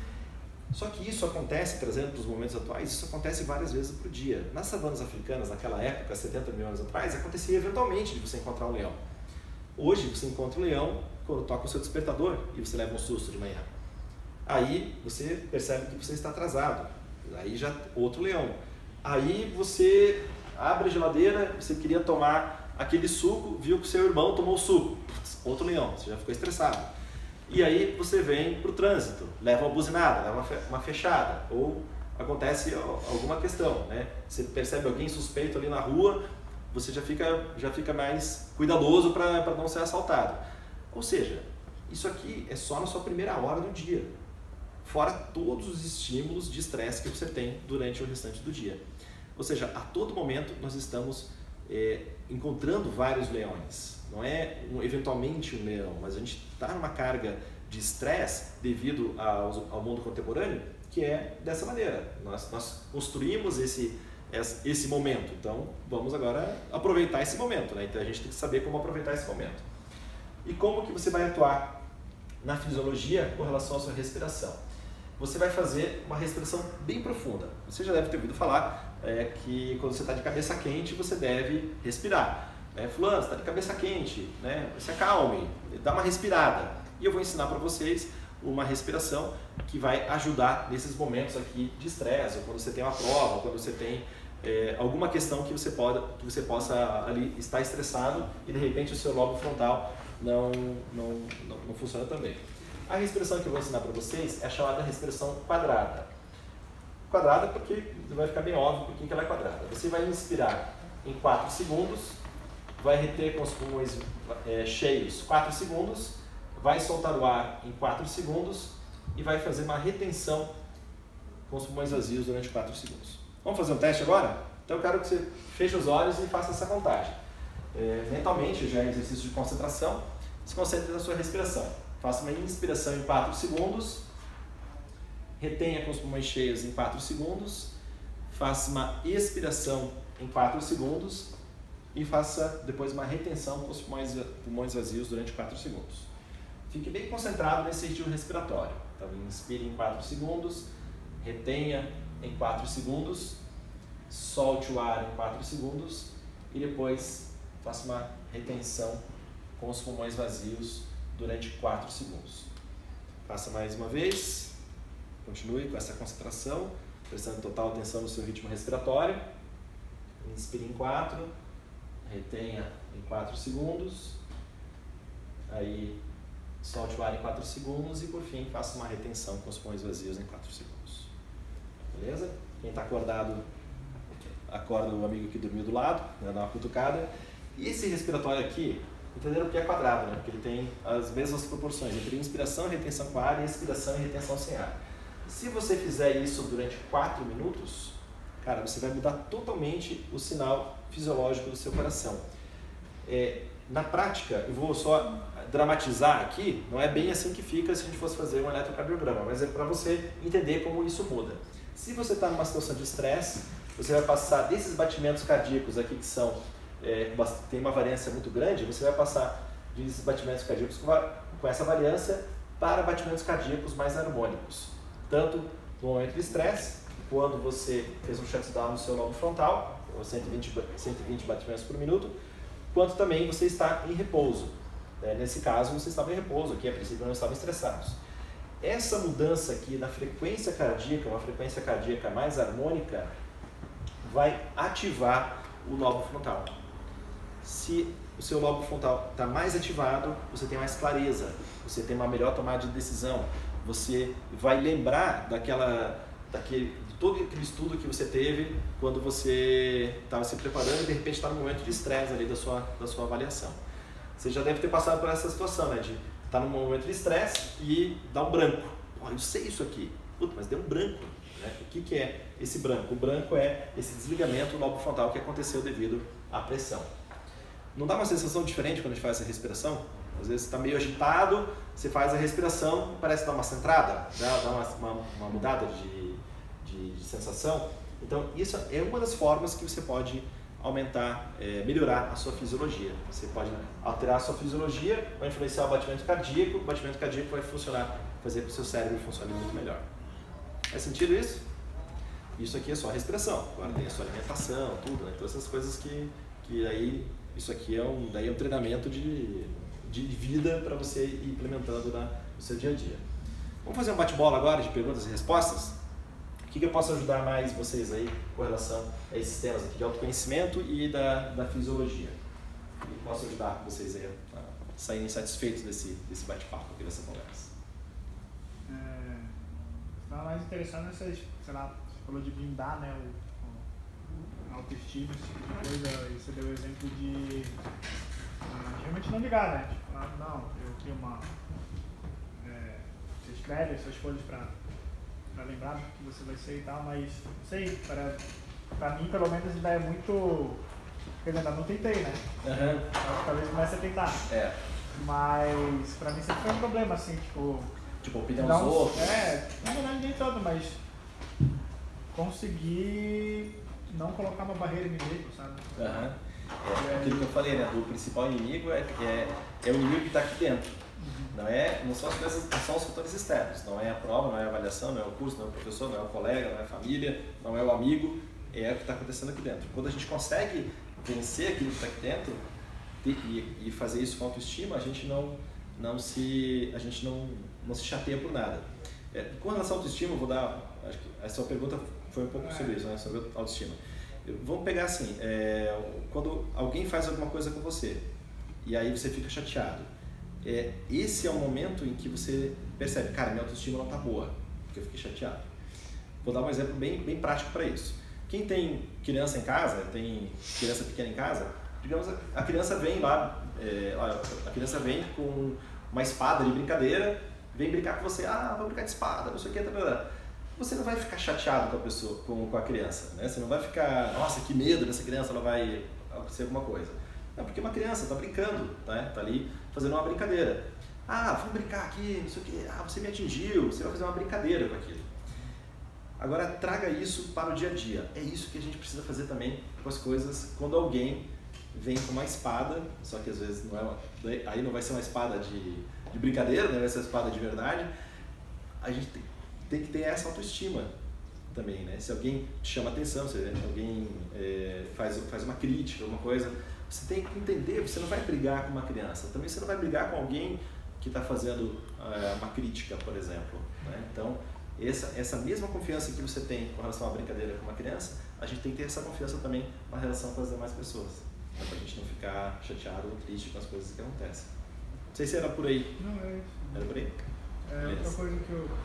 Só que isso acontece, trazendo para os momentos atuais, isso acontece várias vezes por dia. Nas savanas africanas, naquela época, setenta mil anos atrás, acontecia eventualmente de você encontrar um leão. Hoje, você encontra um leão quando toca o seu despertador e você leva um susto de manhã. Aí, você percebe que você está atrasado. Aí já outro leão. Aí você abre a geladeira, você queria tomar aquele suco, viu que o seu irmão tomou o suco. Putz, outro leão, você já ficou estressado. E aí você vem para o trânsito, leva uma buzinada, leva uma fechada, ou acontece alguma questão, né? Você percebe alguém suspeito ali na rua, você já fica, já fica mais cuidadoso para não ser assaltado. Ou seja, isso aqui é só na sua primeira hora do dia, fora todos os estímulos de estresse que você tem durante o restante do dia. Ou seja, a todo momento nós estamos é, encontrando vários leões. Não é um, eventualmente um leão, mas a gente está numa carga de estresse devido ao, ao mundo contemporâneo que é dessa maneira. Nós, nós construímos esse, esse momento, então vamos agora aproveitar esse momento, né? Então a gente tem que saber como aproveitar esse momento. E como que você vai atuar na fisiologia com relação à sua respiração? Você vai fazer uma respiração bem profunda. Você já deve ter ouvido falar é, que quando você está de cabeça quente, você deve respirar. É, fulano, você está de cabeça quente, né? Se acalme, dá uma respirada. E eu vou ensinar para vocês uma respiração que vai ajudar nesses momentos aqui de estresse, ou quando você tem uma prova, ou quando você tem é, alguma questão que você, pode, que você possa ali estar estressado e de repente o seu lobo frontal não, não, não, não funciona também. A respiração que eu vou ensinar para vocês é a chamada respiração quadrada. Quadrada porque vai ficar bem óbvio por que ela é quadrada. Você vai inspirar em quatro segundos, vai reter com os pulmões é, cheios quatro segundos, vai soltar o ar em quatro segundos e vai fazer uma retenção com os pulmões vazios durante quatro segundos. Vamos fazer um teste agora? Então eu quero que você feche os olhos e faça essa contagem. É, mentalmente, já é exercício de concentração, se concentre na sua respiração. Faça uma inspiração em quatro segundos, retenha com os pulmões cheios em quatro segundos, faça uma expiração em quatro segundos e faça depois uma retenção com os pulmões, pulmões vazios durante quatro segundos. Fique bem concentrado nesse ritmo respiratório. Então, inspire em quatro segundos, retenha em quatro segundos, solte o ar em quatro segundos e depois faça uma retenção com os pulmões vazios durante quatro segundos. Faça mais uma vez, continue com essa concentração, prestando total atenção no seu ritmo respiratório. Inspire em quatro, retenha em quatro segundos, aí solte o ar em quatro segundos e por fim faça uma retenção com os pulmões vazios em quatro segundos. Beleza? Quem está acordado, acorda o amigo que dormiu do lado, né, dá uma cutucada. E esse respiratório aqui, entenderam que é quadrado, né? Porque ele tem as mesmas proporções entre inspiração e retenção com ar e expiração e retenção sem ar. Se você fizer isso durante quatro minutos, cara, você vai mudar totalmente o sinal fisiológico do seu coração. É, na prática, eu vou só dramatizar aqui, não é bem assim que fica se a gente fosse fazer um eletrocardiograma, mas é para você entender como isso muda. Se você está numa situação de estresse, você vai passar desses batimentos cardíacos aqui que são É, tem uma variância muito grande, você vai passar de batimentos cardíacos com, com essa variância para batimentos cardíacos mais harmônicos. Tanto no momento de estresse, quando você fez um shutdown no seu lobo frontal, cento e vinte batimentos por minuto, quanto também você está em repouso. É, nesse caso, você estava em repouso, aqui a princípio não estavam estressados. Essa mudança aqui na frequência cardíaca, uma frequência cardíaca mais harmônica, vai ativar o lobo frontal. Se o seu lobo frontal está mais ativado, você tem mais clareza, você tem uma melhor tomada de decisão, você vai lembrar daquela, daquele, de todo aquele estudo que você teve quando você estava se preparando e de repente está no momento de estresse ali da sua, da sua avaliação. Você já deve ter passado por essa situação, né, de estar num momento de estresse e dar um branco. Oh, eu sei isso aqui, puta, mas deu um branco. Né? O que, que é esse branco? O branco é esse desligamento do lobo frontal que aconteceu devido à pressão. Não dá uma sensação diferente quando a gente faz essa respiração? Às vezes você está meio agitado, você faz a respiração, parece dar uma centrada, dá uma, uma, uma mudada de, de, de sensação. Então, isso é uma das formas que você pode aumentar, é, melhorar a sua fisiologia. Você pode alterar a sua fisiologia, vai influenciar o batimento cardíaco, o batimento cardíaco vai funcionar, fazer com que o seu cérebro funcione muito melhor. Faz sentido isso? Isso aqui é só a respiração, agora tem a sua alimentação, tudo, né? Então essas coisas que, que aí, isso aqui é um, daí é um treinamento de, de vida para você ir implementando na, no seu dia a dia. Vamos fazer um bate-bola agora de perguntas e respostas? O que, que eu posso ajudar mais vocês aí com relação a esses temas aqui de autoconhecimento e da, da fisiologia? O que eu posso ajudar vocês aí a saírem satisfeitos desse, desse bate-papo aqui, dessa conversa? É, estava mais interessado nessas, sei lá, você falou de blindar, né, o, o autoestima, esse tipo de coisa, e você deu o exemplo de, de realmente não ligar, né, tipo, ah, não, eu tenho uma, é, você escreve as suas coisas para para lembrar do que você vai ser e tal, mas não sei, para, para mim pelo menos ainda é muito, quer dizer, ainda não tentei, né, Uhum. talvez comece a tentar, É. mas para mim sempre foi um problema, assim, tipo, Tipo, opinião Não, dos outros. É, na verdade nem tanto, mas conseguir não colocar uma barreira em mim mesmo, sabe? Uhum. É, aquilo que eu falei, né? O principal inimigo é, é, é o inimigo que está aqui dentro. Uhum. Não, é, não, são as coisas, não são os fatores externos. Não é a prova, não é a avaliação, não é o curso, não é o professor, não é o colega, não é a família, não é o amigo. É o que está acontecendo aqui dentro. Quando a gente consegue vencer aquilo que está aqui dentro e, e fazer isso com autoestima, a gente não, não se, a gente não, não se chateia por nada. É, com relação à autoestima, eu vou dar, acho que a sua pergunta foi um pouco sobre isso, né? Sobre autoestima. Eu, vamos pegar assim, é, quando alguém faz alguma coisa com você e aí você fica chateado, é, esse é o momento em que você percebe, cara, minha autoestima não está boa, porque eu fiquei chateado. Vou dar um exemplo bem, bem prático para isso. Quem tem criança em casa, tem criança pequena em casa, digamos, a criança vem lá, é, a criança vem com uma espada de brincadeira, vem brincar com você, ah, vou brincar de espada, não sei o que, tá, você não vai ficar chateado com a pessoa, com, com a criança, né? Você não vai ficar, nossa, que medo dessa criança, ela vai acontecer alguma coisa. Não, porque uma criança está brincando, né? Tá ali fazendo uma brincadeira. Ah, vamos brincar aqui, não sei o que, ah, você me atingiu, você vai fazer uma brincadeira com aquilo. Agora traga isso para o dia a dia. É isso que a gente precisa fazer também com as coisas quando alguém vem com uma espada, só que às vezes não é uma, aí não vai ser uma espada de, de brincadeira, né? Vai ser uma espada de verdade. A gente tem, tem que ter essa autoestima também, né? Se alguém te chama atenção, se alguém é, faz, faz uma crítica, alguma coisa, você tem que entender, você não vai brigar com uma criança, também você não vai brigar com alguém que está fazendo é, uma crítica, por exemplo, né? Então, essa, essa mesma confiança que você tem com relação à brincadeira com uma criança, a gente tem que ter essa confiança também na relação com as demais pessoas, né? Para a gente não ficar chateado ou triste com as coisas que acontecem. Não sei se era por aí. Não, é isso. Era por aí? É outra Beleza. coisa que eu...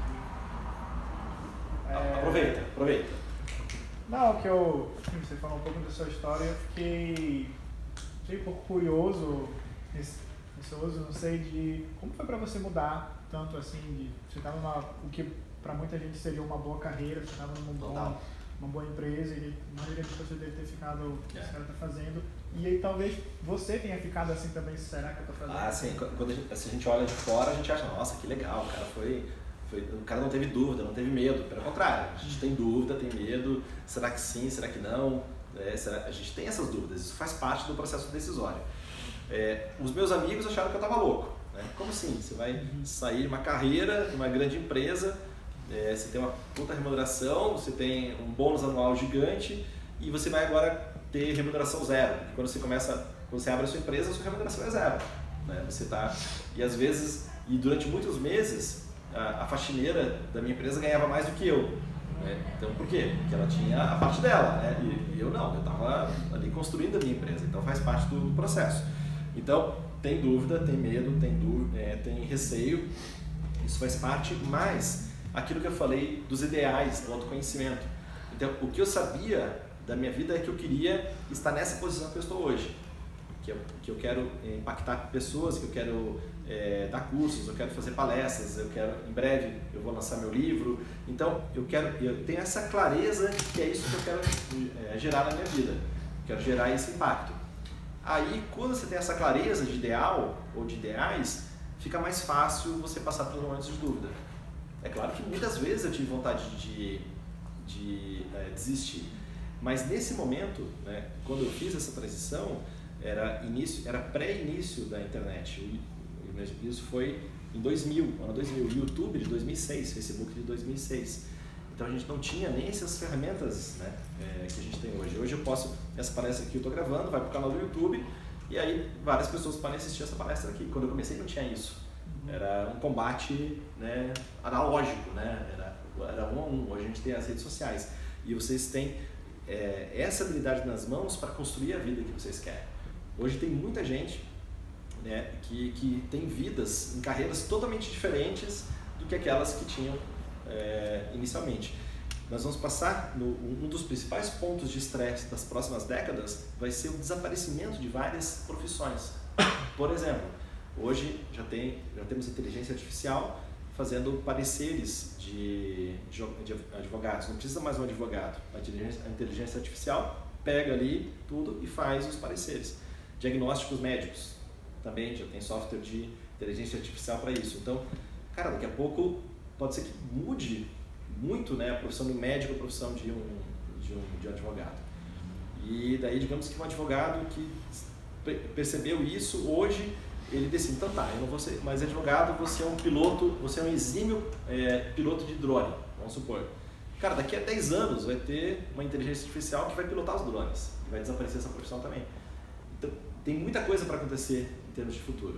É... Aproveita, aproveita. Não, que eu... Você falou um pouco da sua história, eu fiquei... Fiquei um pouco curioso, receoso, não sei, de... Como foi pra você mudar tanto assim, de... Você estava numa... O que pra muita gente seria uma boa carreira, você estava num bom... uma boa empresa e a maioria das pessoas deve ter ficado o que esse cara está fazendo. E aí talvez você tenha ficado assim também, será que eu estou fazendo? Ah, sim. Quando a gente, se a gente olha de fora, a gente acha, nossa, que legal, o cara foi, foi... O cara não teve dúvida, não teve medo. Pelo contrário, a gente tem dúvida, tem medo. Será que sim, será que não? É, será, a gente tem essas dúvidas, isso faz parte do processo decisório. É, os meus amigos acharam que eu estava louco. Né? Como assim? Você vai sair de uma carreira, de uma grande empresa, É, você tem uma puta remuneração, você tem um bônus anual gigante e você vai agora ter remuneração zero. Porque quando você começa, quando você abre a sua empresa, a sua remuneração é zero. Né? Você tá, e às vezes, e durante muitos meses, a, a faxineira da minha empresa ganhava mais do que eu. Né? Então por quê? Porque ela tinha a parte dela, né? e, e eu não, eu estava ali construindo a minha empresa, então faz parte do, do processo. Então tem dúvida, tem medo, tem, dúvida, é, tem receio, isso faz parte, mas aquilo que eu falei dos ideais, do autoconhecimento. Então, o que eu sabia da minha vida é que eu queria estar nessa posição que eu estou hoje. Que eu, que eu quero impactar pessoas, que eu quero é, dar cursos, eu quero fazer palestras, eu quero, em breve, eu vou lançar meu livro. Então, eu quero, eu tenho essa clareza de que é isso que eu quero é, gerar na minha vida. Eu quero gerar esse impacto. Aí, quando você tem essa clareza de ideal ou de ideais, fica mais fácil você passar pelos momentos de dúvida. É claro que muitas vezes eu tive vontade de, de é, desistir, mas nesse momento, né, quando eu fiz essa transição, era início, era pré-início da internet. Isso foi em dois mil, ano dois mil, YouTube de dois mil e seis, Facebook de dois mil e seis. Então a gente não tinha nem essas ferramentas, né, é, que a gente tem hoje. Hoje eu posso, essa palestra aqui eu estou gravando, vai para o canal do YouTube e aí várias pessoas podem assistir essa palestra aqui. Quando eu comecei não tinha isso. Era um combate, né, analógico, né, era, era um a um. Hoje a gente tem as redes sociais e vocês têm é, essa habilidade nas mãos para construir a vida que vocês querem. Hoje tem muita gente, né, que, que tem vidas em carreiras totalmente diferentes do que aquelas que tinham é, inicialmente. Nós vamos passar, no, um dos principais pontos de estresse das próximas décadas vai ser o desaparecimento de várias profissões. Por exemplo, hoje já, tem, já temos inteligência artificial fazendo pareceres de, de advogados. Não precisa mais um advogado. A inteligência, a inteligência artificial pega ali tudo e faz os pareceres. Diagnósticos médicos, também já tem software de inteligência artificial para isso. Então, cara, daqui a pouco pode ser que mude muito, né, a profissão do médico, a profissão de um, de um, de um advogado. E daí, digamos que um advogado que percebeu isso, hoje ele decide, então tá, eu não vou ser mais advogado, você é um piloto, você é um exímio é, piloto de drone, vamos supor. Cara, daqui a dez anos vai ter uma inteligência artificial que vai pilotar os drones, e vai desaparecer essa profissão também. Então, tem muita coisa para acontecer em termos de futuro.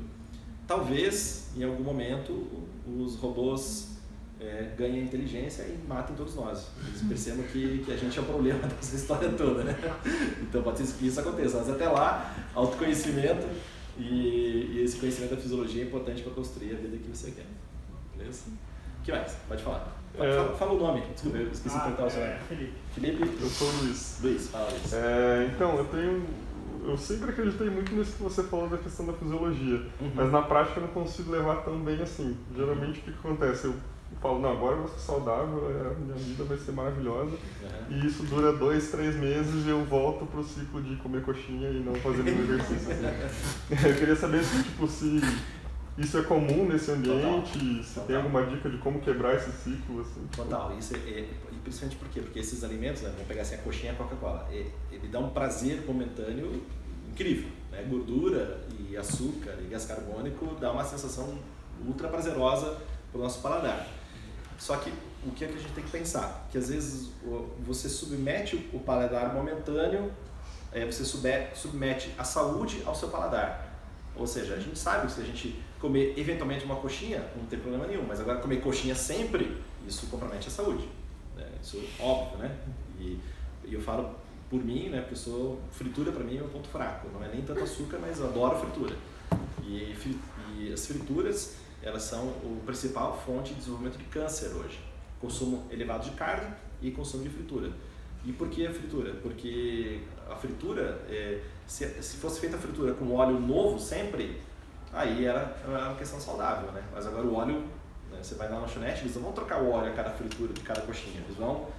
Talvez, em algum momento, os robôs é, ganhem inteligência e matem todos nós. Eles percebam que, que a gente é o problema dessa história toda, né? Então pode ser que isso aconteça. Mas até lá, autoconhecimento e, e esse conhecimento da fisiologia é importante para construir a vida que você quer. Beleza? O que mais? Pode falar. Pode, é... fala, fala o nome. Desculpa, eu esqueci de perguntar o seu nome. Felipe. Felipe? Eu sou o Luiz. Luiz, fala Luiz. É, então, eu tenho... Eu sempre acreditei muito nisso que você falou da questão da fisiologia, uhum. mas na prática eu não consigo levar tão bem assim. Geralmente o que, que acontece? Eu falo, não, agora eu vou ser saudável, a minha vida vai ser maravilhosa, uhum. e isso dura dois, três meses e eu volto pro ciclo de comer coxinha e não fazer nenhum exercício. Assim. Eu queria saber se, tipo, se isso é comum nesse ambiente, Total. se Total. tem alguma dica de como quebrar esse ciclo. Assim, tipo... Total, isso é, é, e principalmente por quê? Porque esses alimentos, né, vamos pegar assim, a coxinha e a Coca-Cola, é, ele dá um prazer momentâneo incrível, né? Gordura e açúcar e gás carbônico dá uma sensação ultra prazerosa para o nosso paladar. Só que o que é que a gente tem que pensar? Que às vezes você submete o paladar momentâneo, é, você submete a saúde ao seu paladar. Ou seja, a gente sabe que se a gente comer eventualmente uma coxinha, não tem problema nenhum, mas agora comer coxinha sempre, isso compromete a saúde. Né? Isso é óbvio, né? E, e eu falo por mim, né, porque eu sou, fritura para mim é um ponto fraco, não é nem tanto açúcar, mas eu adoro fritura. E, e as frituras, elas são a principal fonte de desenvolvimento de câncer hoje. Consumo elevado de carne e consumo de fritura. E por que a fritura? Porque a fritura, é, se, se fosse feita a fritura com óleo novo sempre, aí era, era uma questão saudável, né? Mas agora o óleo, né, você vai na lanchonete, eles não vão trocar o óleo a cada fritura, de cada coxinha, eles vão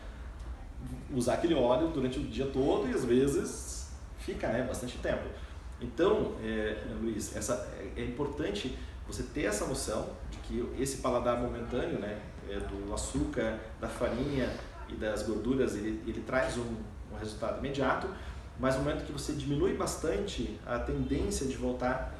usar aquele óleo durante o dia todo e às vezes fica, né, bastante tempo. Então, é, Luiz, essa, é, é importante você ter essa noção de que esse paladar momentâneo, né, é, do açúcar, da farinha e das gorduras, ele, ele traz um, um resultado imediato, mas no momento que você diminui bastante, a tendência de voltar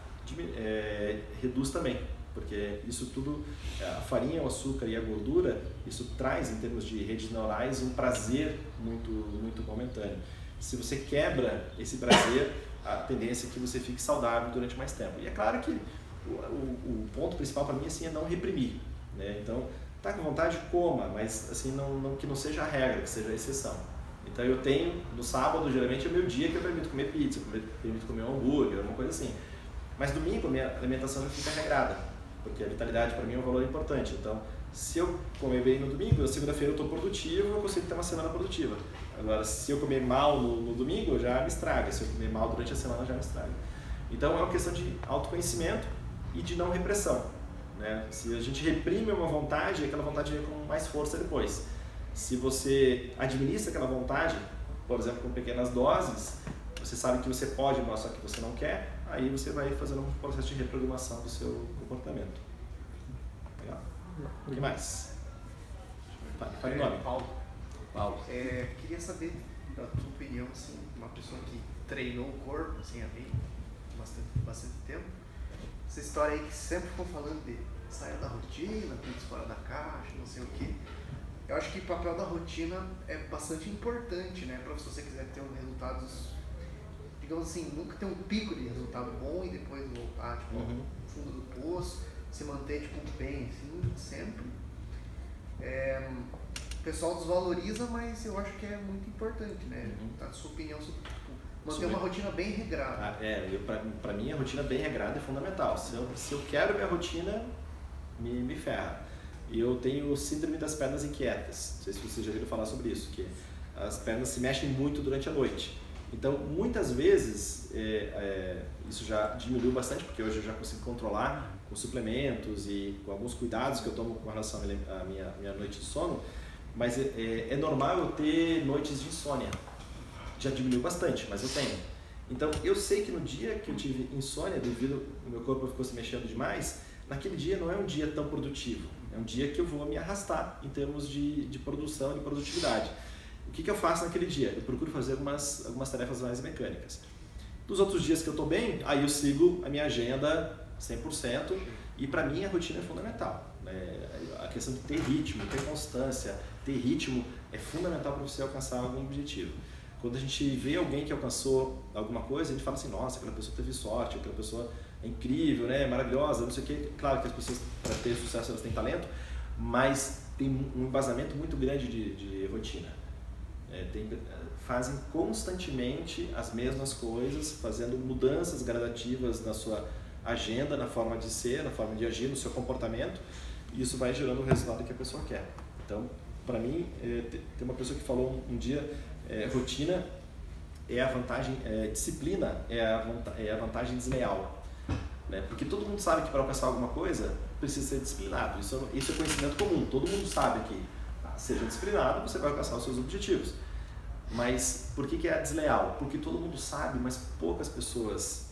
é, reduz também. Porque isso tudo, a farinha, o açúcar e a gordura, isso traz, em termos de redes neurais, um prazer muito, muito momentâneo. Se você quebra esse prazer, a tendência é que você fique saudável durante mais tempo. E é claro que o, o, o ponto principal para mim assim, é não reprimir. Né? Então, tá com vontade, coma, mas assim, não, não, que não seja a regra, que seja a exceção. Então eu tenho, no sábado, geralmente é o meu dia que eu permito comer pizza, eu permito comer um hambúrguer, alguma coisa assim. Mas domingo a minha alimentação já fica regrada. Porque a vitalidade para mim é um valor importante. Então, Se eu comer bem no domingo, na segunda-feira eu estou produtivo, eu consigo ter uma semana produtiva. Agora, se eu comer mal no, no domingo, já me estraga. Se eu comer mal durante a semana, já me estraga. Então, é uma questão de autoconhecimento e de não repressão, né? Se a gente reprime uma vontade, aquela vontade vem com mais força depois. Se você administra aquela vontade, por exemplo, com pequenas doses, você sabe que você pode, mas só que você não quer, aí você vai fazendo um processo de reprogramação do seu comportamento. Legal? O que mais? Fale o nome. Paulo. Paulo. É, queria saber, da tua opinião, assim, uma pessoa que treinou o corpo, assim, há bem bastante, bastante tempo, essa história aí que sempre ficam falando de sair da rotina, tudo fora da caixa, não sei o quê. Eu acho que o papel da rotina é bastante importante, né, para se você quiser ter um resultados, digamos assim, nunca ter um pico de resultado bom e depois voltar, tipo, Uhum. ao fundo do poço, se manter, tipo, bem, assim, sempre. É, o pessoal desvaloriza, mas eu acho que é muito importante, né? Uhum. A sua opinião sobre, tipo, manter Sobre- uma rotina bem regrada. Ah, é, eu, pra, pra mim a rotina bem regrada é fundamental. Se eu, se eu quero minha rotina, me, me ferra. E eu tenho síndrome das pernas inquietas. Não sei se vocês já ouviram falar sobre isso, que as pernas se mexem muito durante a noite. Então, muitas vezes, é, é, isso já diminuiu bastante, porque hoje eu já consigo controlar com suplementos e com alguns cuidados que eu tomo com relação à minha, minha noite de sono, mas é, é, é normal eu ter noites de insônia. Já diminuiu bastante, mas eu tenho. Então, eu sei que no dia que eu tive insônia, devido ao meu corpo ficou se mexendo demais, naquele dia não é um dia tão produtivo. É um dia que eu vou me arrastar em termos de, de produção e produtividade. O que, que eu faço naquele dia? Eu procuro fazer algumas, algumas tarefas mais mecânicas. Dos outros dias que eu estou bem, aí eu sigo a minha agenda cem por cento e para mim a rotina é fundamental. Né? A questão de ter ritmo, ter constância, ter ritmo é fundamental para você alcançar algum objetivo. Quando a gente vê alguém que alcançou alguma coisa, a gente fala assim, nossa, aquela pessoa teve sorte, aquela pessoa é incrível, né? Maravilhosa, não sei o quê. Claro que as pessoas, para ter sucesso, elas têm talento, mas tem um embasamento muito grande de, de rotina. É, tem, fazem constantemente as mesmas coisas, fazendo mudanças gradativas na sua agenda, na forma de ser, na forma de agir, no seu comportamento, e isso vai gerando o resultado que a pessoa quer. Então, para mim, é, tem uma pessoa que falou um, um dia, é, rotina é a vantagem, é, disciplina é a, é a vantagem desleal. Né? Porque todo mundo sabe que para alcançar alguma coisa precisa ser disciplinado. Isso, isso é conhecimento comum, todo mundo sabe que seja disciplinado, você vai alcançar os seus objetivos. Mas por que, que é desleal? Porque todo mundo sabe, mas poucas pessoas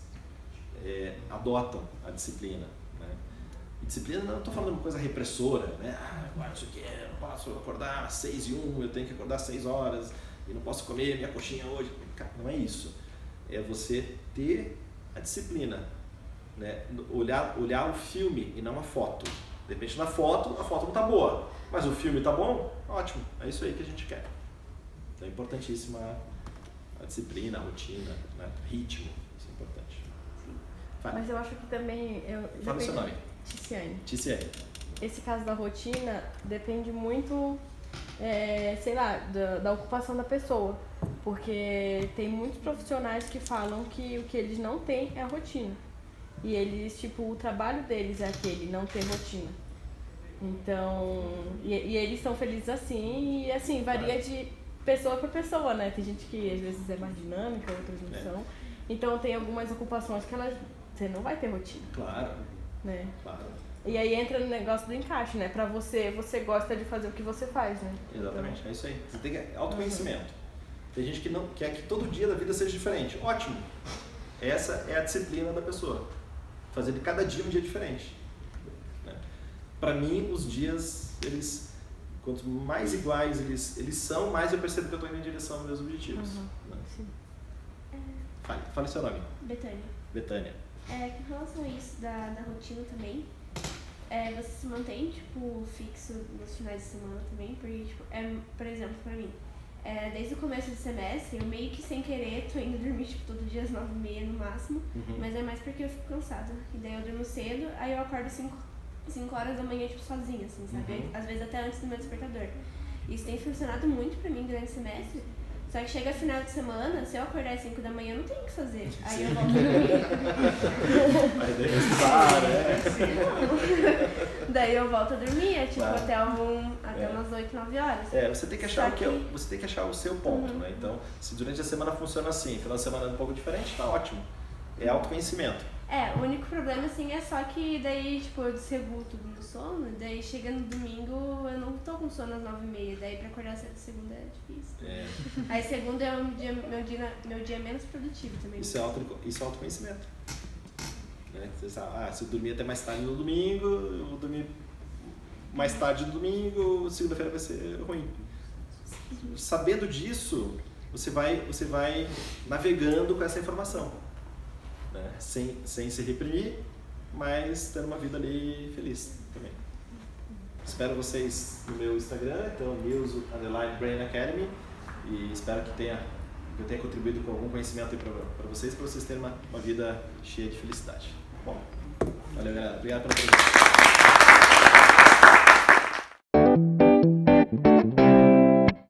é, adotam a disciplina. Né? E disciplina não estou falando de uma coisa repressora, né? Ah, agora isso aqui, eu não posso acordar às seis e um, eu tenho que acordar às seis horas e não posso comer minha coxinha hoje. Não é isso. É você ter a disciplina. Né? Olhar, olhar o filme e não a foto. De repente na foto, a foto não está boa, mas o filme está bom, ótimo, é isso aí que a gente quer. Então é importantíssima a disciplina, a rotina, né? Ritmo, isso é importante. Fale. Mas eu acho que também... Eu, Fala o seu nome. Ticiane. Ticiane. Esse caso da rotina depende muito, é, sei lá, da, da ocupação da pessoa. Porque tem muitos profissionais que falam que o que eles não têm é a rotina. E eles, tipo, o trabalho deles é aquele, não ter rotina. Então, e, e eles são felizes assim, e assim, varia de pessoa para pessoa, né? Tem gente que às vezes é mais dinâmica, outras não É. são. Então tem algumas ocupações que elas, você não vai ter rotina, Claro, né? claro. E aí entra no negócio do encaixe, né? Pra você, você gosta de fazer o que você faz, né? Exatamente, é isso aí. Você tem que, autoconhecimento. Tem gente que não quer que todo dia da vida seja diferente. Ótimo. Essa é a disciplina da pessoa. Fazer de cada dia um dia diferente. Né? Para mim, os dias, eles, quanto mais iguais eles, eles são, mais eu percebo que eu estou indo em direção aos meus objetivos. Uhum. Né? Sim. Fale, fale seu nome. Betânia, Betânia. é, com relação a isso da, da rotina também, é, você se mantém, tipo, fixo nos finais de semana também? Porque, tipo, é, por exemplo, pra mim, é, desde o começo do semestre, eu meio que sem querer tô indo dormir, tipo, todo dia às nove e meia no máximo, Uhum. mas é mais porque eu fico cansada. E daí eu durmo cedo, aí eu acordo cinco horas da manhã, tipo, sozinha, assim, sabe? Uhum. Às vezes até antes do meu despertador. Isso tem funcionado muito pra mim durante o semestre, só Só que chega final de semana, se eu acordar às cinco da manhã, eu não tenho o que fazer. Aí eu volto a dormir. Aí daí você para, né? Daí eu volto a dormir, é tipo Claro. até, um, até É. umas oito, nove horas. É, você tem que achar Só o que é, o- que- você tem que achar o seu ponto, Uhum. né? Então, se durante a semana funciona assim, final de semana é um pouco diferente, tá ótimo. É autoconhecimento. É, o único problema, assim, é só que daí, tipo, eu desregulo tudo no sono, daí chega no domingo, eu não tô com sono às nove e meia, daí pra acordar cedo segunda é difícil. É, Aí segunda é um dia, meu, dia, meu dia menos produtivo também. isso, é auto, isso é autoconhecimento. Né? Você sabe, ah, se eu dormir até mais tarde no domingo, eu vou dormir mais tarde no domingo, segunda-feira vai ser ruim. Sabendo disso, você vai, você vai navegando com essa informação. Né? Sem, sem se reprimir, mas tendo uma vida ali feliz também. Espero vocês no meu Instagram, então Nilson underline Brain Academy, e espero que, tenha, que eu tenha contribuído com algum conhecimento para vocês, para vocês terem uma, uma vida cheia de felicidade. Bom, valeu galera, obrigado pela presença.